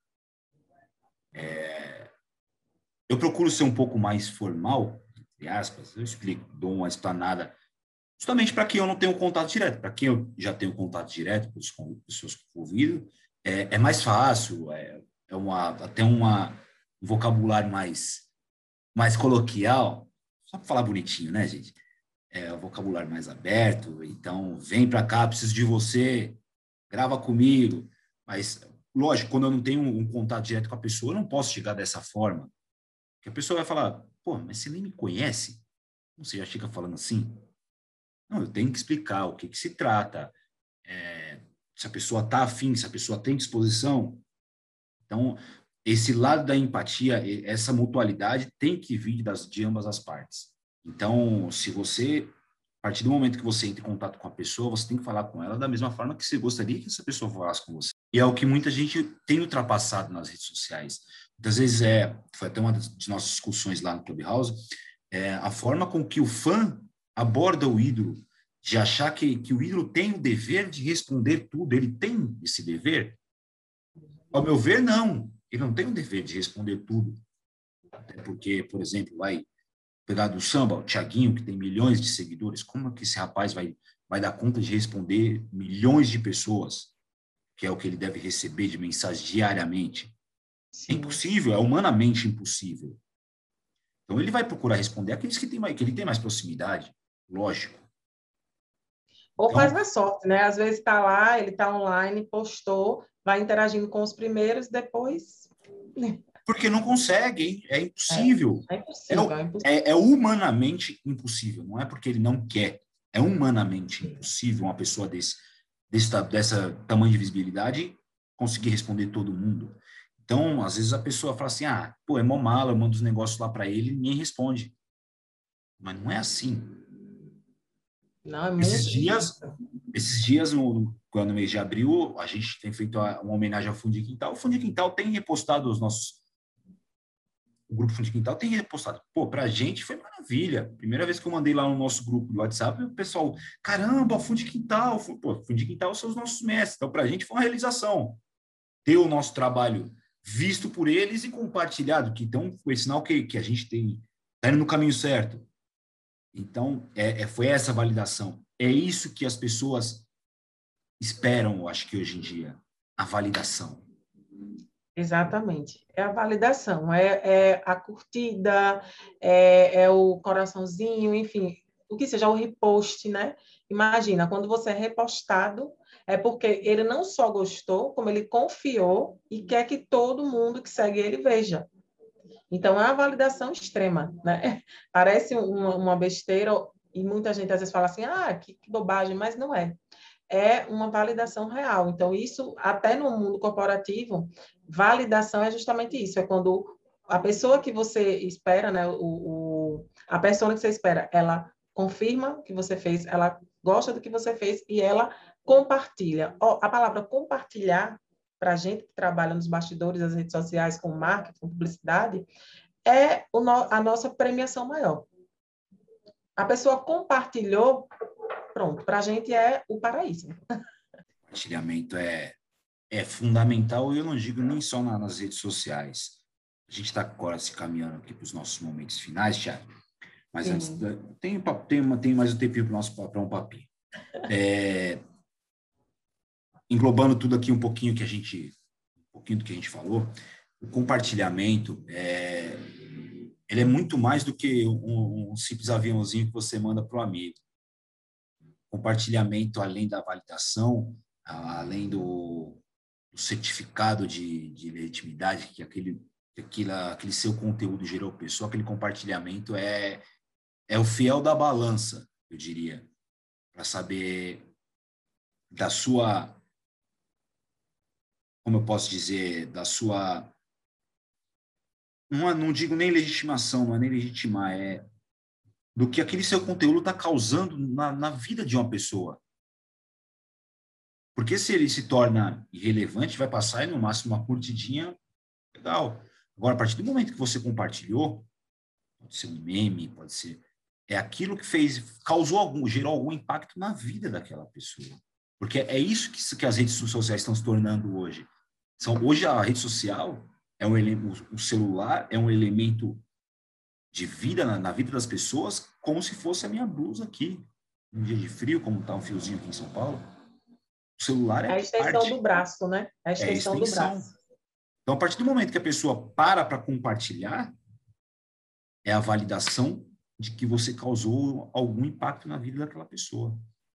É, eu procuro ser um pouco mais formal, entre aspas, eu explico, dou uma explanada, justamente para quem eu não tenho contato direto. Para quem eu já tenho contato direto com as pessoas que eu convido, é, é mais fácil, é, é uma, até uma, um vocabulário mais, mais coloquial. só para falar bonitinho, né, gente? É, o vocabulário mais aberto, então vem para cá, preciso de você, grava comigo. Mas, lógico, quando eu não tenho um, um contato direto com a pessoa, eu não posso chegar dessa forma. Porque a pessoa vai falar, pô, mas você nem me conhece? Você já chega falando assim? Não, eu tenho que explicar o que, que se trata, é, se a pessoa está afim, se a pessoa tem disposição. Então, esse lado da empatia, essa mutualidade tem que vir das, de ambas as partes. Então, se você, a partir do momento que você entra em contato com a pessoa, você tem que falar com ela da mesma forma que você gostaria que essa pessoa falasse com você. E é o que muita gente tem ultrapassado nas redes sociais. Muitas vezes, é, foi até uma das nossas discussões lá no Clubhouse, é, a forma com que o fã aborda o ídolo, de achar que, que o ídolo tem o dever de responder tudo, ele tem esse dever? Ao meu ver, não. Ele não tem o dever de responder tudo. Até porque, por exemplo, vai pegar do samba, o Thiaguinho, que tem milhões de seguidores, como é que esse rapaz vai, vai dar conta de responder milhões de pessoas, que é o que ele deve receber de mensagem diariamente? É Sim. impossível, é humanamente impossível. Então, ele vai procurar responder aqueles que, tem mais, que ele tem mais proximidade, lógico. Ou Então, faz na sorte, né? Às vezes está lá, ele está online, postou, vai interagindo com os primeiros, depois... porque não consegue, hein? É impossível. É, é É, impossível, é impossível. é, é humanamente impossível. Não é porque ele não quer. É humanamente impossível uma pessoa desse, desse dessa tamanho de visibilidade conseguir responder todo mundo. Então, às vezes a pessoa fala assim, ah, pô, é mó mala, eu mando os negócios lá para ele e ninguém responde. Mas não é assim. Não, é Esses muito dias, difícil. esses dias no, no mês de abril, a gente tem feito uma homenagem ao Fundo de Quintal. O Fundo de Quintal tem repostado os nossos o grupo Fundo de Quintal tem repostado. Pô, pra gente foi maravilha. Primeira vez que eu mandei lá no nosso grupo do WhatsApp, o pessoal, caramba, Fundo de Quintal. Pô, Fundo de Quintal são os nossos mestres. Então, pra gente foi uma realização ter o nosso trabalho visto por eles e compartilhado, que então foi sinal que, que a gente tem, tá indo no caminho certo. Então, é, é, foi essa validação. É isso que as pessoas esperam, eu acho que hoje em dia, a validação. Exatamente. É a validação, é, é a curtida, é, é o coraçãozinho, enfim, o que seja o repost, né? Imagina, quando você é repostado, é porque ele não só gostou, como ele confiou e quer que todo mundo que segue ele veja. Então, é uma validação extrema, né? Parece uma, uma besteira e muita gente às vezes fala assim, ah, que, que bobagem, mas não é. É uma validação real. Então, isso, até no mundo corporativo, validação é justamente isso, é quando a pessoa que você espera, né, o, o, a pessoa que você espera, ela confirma o que você fez, ela gosta do que você fez e ela compartilha. Oh, a palavra compartilhar, para a gente que trabalha nos bastidores das redes sociais, com marketing, com publicidade, é o no, a nossa premiação maior. A pessoa compartilhou, pronto, para a gente é o paraíso. Compartilhamento é é fundamental, e eu não digo nem só na, nas redes sociais. A gente está agora se caminhando aqui para os nossos momentos finais, Thiago, mas Sim. antes, da, tem, tem, uma, tem mais um tempinho para um papinho. É, englobando tudo aqui um pouquinho que a gente, um pouquinho do que a gente falou, o compartilhamento, é, ele é muito mais do que um, um simples aviãozinho que você manda para o amigo. Compartilhamento, além da validação, além do o certificado de, de legitimidade que aquele, que aquele, aquele seu conteúdo gerou pessoa, aquele compartilhamento é, é o fiel da balança, eu diria, para saber da sua, como eu posso dizer, da sua, não, não digo nem legitimação, não é nem legitimar, é do que aquele seu conteúdo está causando na, na vida de uma pessoa. Porque se ele se torna irrelevante, vai passar e no máximo uma curtidinha, legal. Agora, a partir do momento que você compartilhou, pode ser um meme, pode ser... É aquilo que fez, causou algum, gerou algum impacto na vida daquela pessoa. Porque é isso que, que as redes sociais estão se tornando hoje. São, hoje a rede social, é um elemento, o celular é um elemento de vida na, na vida das pessoas, como se fosse a minha blusa aqui. Um dia de frio, como está um fiozinho aqui em São Paulo. O celular é, é a extensão parte. do braço, né? É a extensão, é a extensão do braço. Então, a partir do momento que a pessoa para para compartilhar, é a validação de que você causou algum impacto na vida daquela pessoa.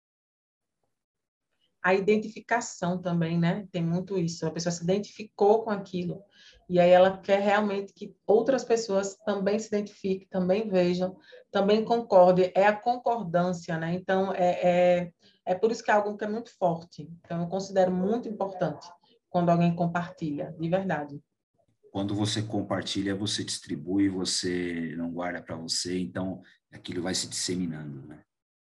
A identificação também, né? Tem muito isso. A pessoa se identificou com aquilo. E aí ela quer realmente que outras pessoas também se identifiquem, também vejam, também concordem. É a concordância, né? Então, é, é, é por isso que é algo que é muito forte. Então, eu considero muito importante quando alguém compartilha, de verdade. Quando você compartilha, você distribui, você não guarda para você, então aquilo vai se disseminando, né?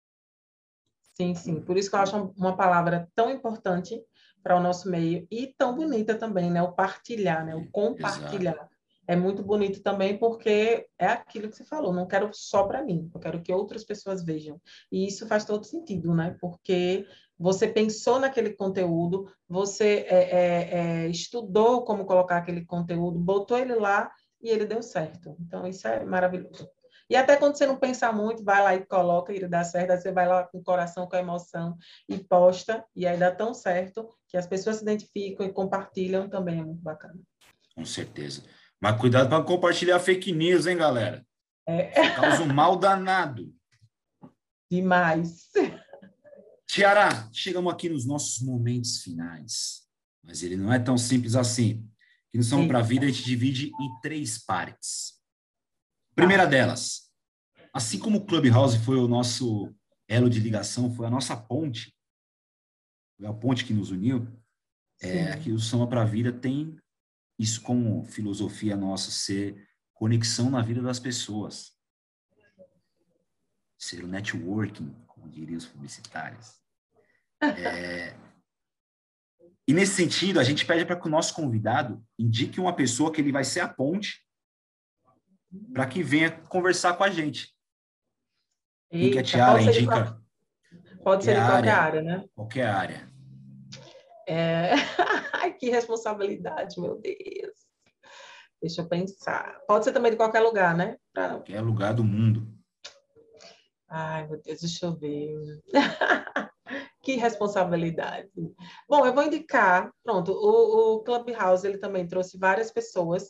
Sim, sim. Por isso que eu acho uma palavra tão importante para o nosso meio e tão bonita também, né? O partilhar, né? O Exato. compartilhar. É muito bonito também porque é aquilo que você falou, não quero só para mim, eu quero que outras pessoas vejam. E isso faz todo sentido, né? Porque você pensou naquele conteúdo, você é, é, é, estudou como colocar aquele conteúdo, botou ele lá e ele deu certo. Então, isso é maravilhoso. E até quando você não pensa muito, vai lá e coloca e ele dá certo, aí você vai lá com o coração, com a emoção e posta, e aí dá tão certo que as pessoas se identificam e compartilham também, é muito bacana. Com certeza. Mas cuidado para compartilhar fake news, hein, galera? É Isso causa um mal danado. demais. Tiara, chegamos aqui nos nossos momentos finais. Mas ele não é tão simples assim. Que não são para a vida, a gente divide em três partes. Primeira Tá. delas, assim como o Clubhouse foi o nosso elo de ligação, foi a nossa ponte, foi a ponte que nos uniu, é, aqui o Samba para a Vida tem isso como filosofia nossa, ser conexão na vida das pessoas. Ser o networking, como diriam os publicitários. É, e nesse sentido, a gente pede para que o nosso convidado indique uma pessoa que ele vai ser a ponte para que venha conversar com a gente. Quem que a Eita, Tiara pode ser de, qual- indica? pode ser Qualquer de qualquer área, área, né? qualquer área. É... Ai, que responsabilidade, meu Deus. Deixa eu pensar. Pode ser também de qualquer lugar, né? Pra... Qualquer lugar do mundo. Ai, meu Deus, deixa eu ver. Que responsabilidade. Bom, eu vou indicar, pronto, o, o Clubhouse, ele também trouxe várias pessoas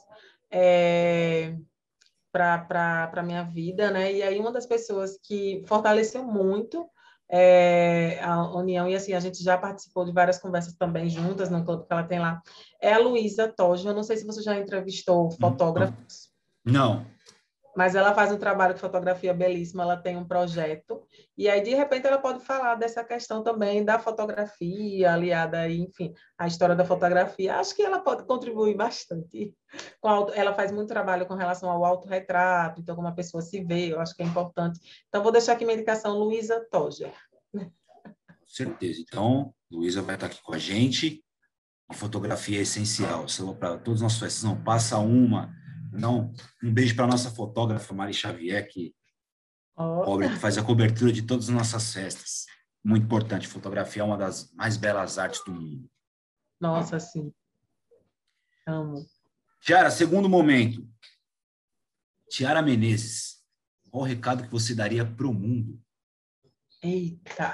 é, para a minha vida, né? E aí uma das pessoas que fortaleceu muito é, a união, e assim, a gente já participou de várias conversas também juntas no clube que ela tem lá, é a Luísa Toja. Eu não sei se você já entrevistou fotógrafos, Não. mas ela faz um trabalho de fotografia belíssimo, ela tem um projeto, e aí, de repente, ela pode falar dessa questão também da fotografia, aliada aí, enfim, à história da fotografia. Acho que ela pode contribuir bastante. Com auto, ela faz muito trabalho com relação ao autorretrato, então, como a pessoa se vê, eu acho que é importante. Então, vou deixar aqui minha indicação, Luísa Toger. Com certeza. Então, Luísa vai estar aqui com a gente. A fotografia é essencial. Para todos os nossos festas, não passa uma. Não, um beijo para a nossa fotógrafa, Mari Xavier, que Oh. cobre, faz a cobertura de todas as nossas festas. Muito importante. Fotografia é uma das mais belas artes do mundo. Nossa, sim. Amo. Tiara, segundo momento. Tiara Menezes, qual o recado que você daria para o mundo? Eita!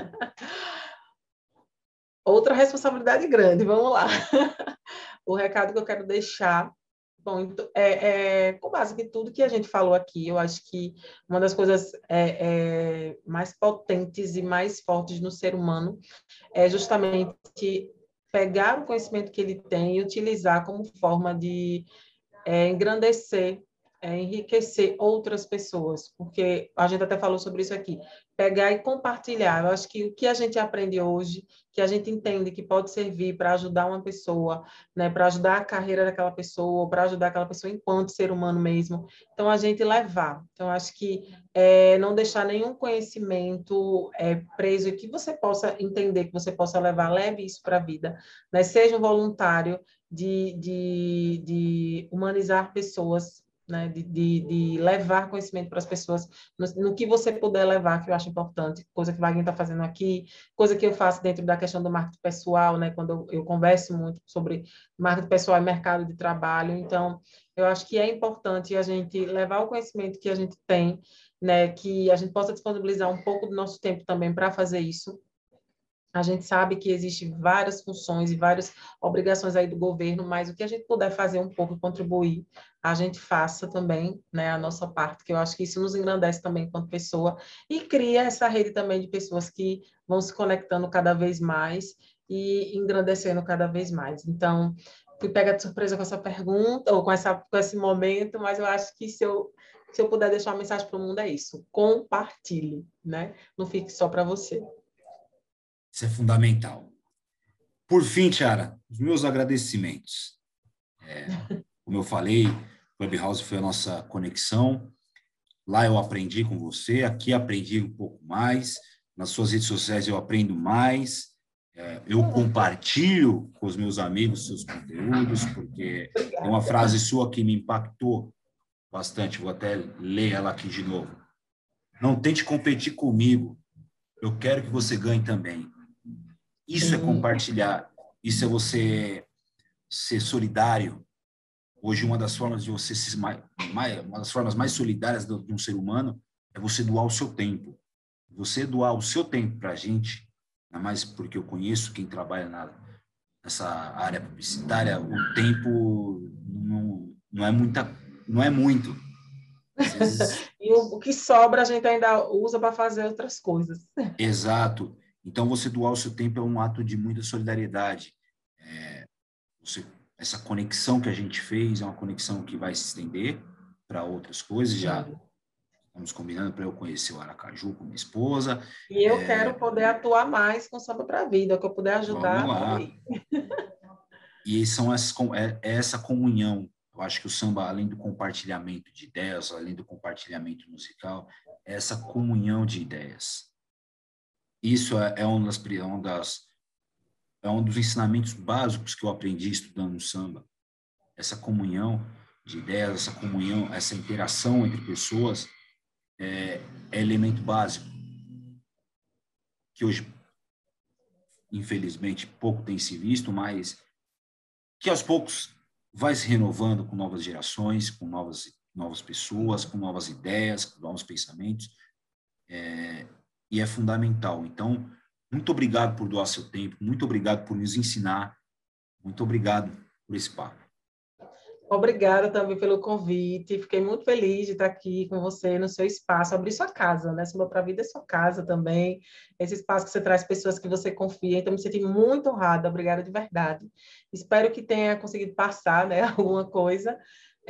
Outra responsabilidade grande, vamos lá. O recado que eu quero deixar, bom, então, é, é, com base em tudo que a gente falou aqui, eu acho que uma das coisas é, é, mais potentes e mais fortes no ser humano é justamente pegar o conhecimento que ele tem e utilizar como forma de é, engrandecer, é, enriquecer outras pessoas, porque a gente até falou sobre isso aqui, pegar e compartilhar. Eu acho que o que a gente aprende hoje, que a gente entende que pode servir para ajudar uma pessoa, né, para ajudar a carreira daquela pessoa, para ajudar aquela pessoa enquanto ser humano mesmo. Então, a gente levar. Então, acho que é, não deixar nenhum conhecimento é, preso e que você possa entender, que você possa levar, leve isso para a vida, né? Seja um voluntário, de, de, de humanizar pessoas, né? de, de, de levar conhecimento para as pessoas, no, no que você puder levar, que eu acho importante, coisa que o Wagner está fazendo aqui, coisa que eu faço dentro da questão do marketing pessoal, né? Quando eu, eu converso muito sobre marketing pessoal e mercado de trabalho, então, eu acho que é importante a gente levar o conhecimento que a gente tem, né? Que a gente possa disponibilizar um pouco do nosso tempo também para fazer isso, A gente sabe que existem várias funções e várias obrigações aí do governo, mas o que a gente puder fazer um pouco, contribuir, a gente faça também, né, a nossa parte, que eu acho que isso nos engrandece também enquanto pessoa e cria essa rede também de pessoas que vão se conectando cada vez mais e engrandecendo cada vez mais. Então, fui pega de surpresa com essa pergunta, ou com, essa, com esse momento, mas eu acho que se eu, se eu puder deixar uma mensagem para o mundo é isso, compartilhe, né? Não fique só para você. Isso é fundamental. Por fim, Tiara, os meus agradecimentos. É, como eu falei, o Clubhouse foi a nossa conexão. Lá eu aprendi com você, aqui aprendi um pouco mais. Nas suas redes sociais eu aprendo mais. É, eu compartilho com os meus amigos seus conteúdos, porque tem uma frase sua que me impactou bastante. Vou até ler ela aqui de novo. Não tente competir comigo. Eu quero que você ganhe também. Isso é compartilhar, isso é você ser solidário. Hoje, uma das formas de você ser mais, mais, uma das formas mais solidárias de um ser humano é você doar o seu tempo. Você doar o seu tempo para a gente, ainda mais porque eu conheço quem trabalha na, nessa área publicitária, o tempo não, não é muita, não é muito. Às vezes... E o, o que sobra a gente ainda usa para fazer outras coisas. Exato. Então, você doar o seu tempo é um ato de muita solidariedade. É, você, essa conexão que a gente fez é uma conexão que vai se estender para outras coisas. Já estamos combinando para eu conhecer o Aracaju com minha esposa. E eu é, quero poder atuar mais com Samba para a Vida, que eu puder ajudar. Vamos lá. E são essas, é, é essa comunhão. Eu acho que o samba, além do compartilhamento de ideias, além do compartilhamento musical, é essa comunhão de ideias. Isso é, é, uma das, é, uma das, é um dos ensinamentos básicos que eu aprendi estudando no samba. Essa comunhão de ideias, essa comunhão, essa interação entre pessoas é, é elemento básico. Que hoje, infelizmente, pouco tem se visto, mas que aos poucos vai se renovando com novas gerações, com novas, novas pessoas, com novas ideias, com novos pensamentos. É, e é fundamental. Então, muito obrigado por doar seu tempo, muito obrigado por nos ensinar, muito obrigado por esse papo. Obrigada também pelo convite, fiquei muito feliz de estar aqui com você no seu espaço, abrir sua casa, né? Samba para a Vida é sua casa também, esse espaço que você traz pessoas que você confia, então me senti muito honrada, obrigada de verdade. Espero que tenha conseguido passar, né, alguma coisa,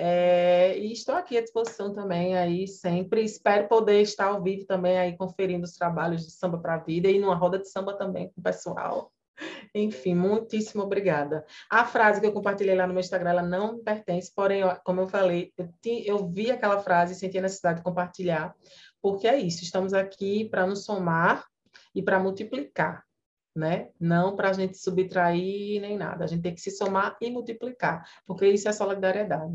é, e estou aqui à disposição também aí sempre, espero poder estar ao vivo também aí conferindo os trabalhos de Samba para a Vida e numa roda de samba também com o pessoal. Enfim, muitíssimo obrigada. A frase que eu compartilhei lá no meu Instagram, ela não me pertence, porém, como eu falei, eu, ti, eu vi aquela frase e senti a necessidade de compartilhar, porque é isso, estamos aqui para nos somar e para multiplicar, né? Não para a gente subtrair nem nada, a gente tem que se somar e multiplicar, porque isso é solidariedade.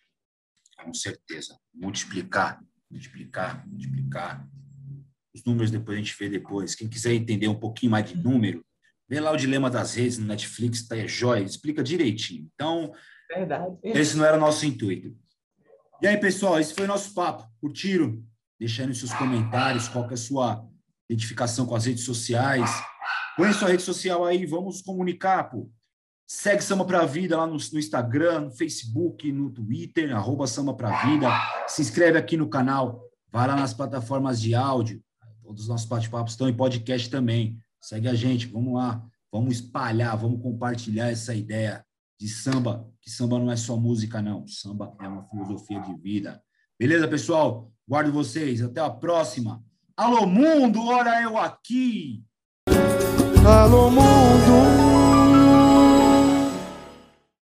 Com certeza. Multiplicar, multiplicar, multiplicar. Os números depois a gente vê depois. Quem quiser entender um pouquinho mais de número, vê lá o Dilema das Redes no Netflix, tá, é jóia, explica direitinho. Então, verdade. Esse não era o nosso intuito. E aí, pessoal, esse foi o nosso papo. Curtiram? Deixa aí nos seus comentários qual que é a sua identificação com as redes sociais. Põe sua rede social aí, vamos comunicar, pô. Segue Samba Pra Vida lá no, no Instagram, no Facebook, no Twitter, arroba Samba Pra Vida. Se inscreve aqui no canal, vai lá nas plataformas de áudio. Todos os nossos bate-papos estão em podcast também. Segue a gente, vamos lá, vamos espalhar, vamos compartilhar essa ideia de samba, que samba não é só música, não. Samba é uma filosofia de vida. Beleza, pessoal? Guardo vocês. Até a próxima. Alô, mundo, olha eu aqui! Alô, mundo!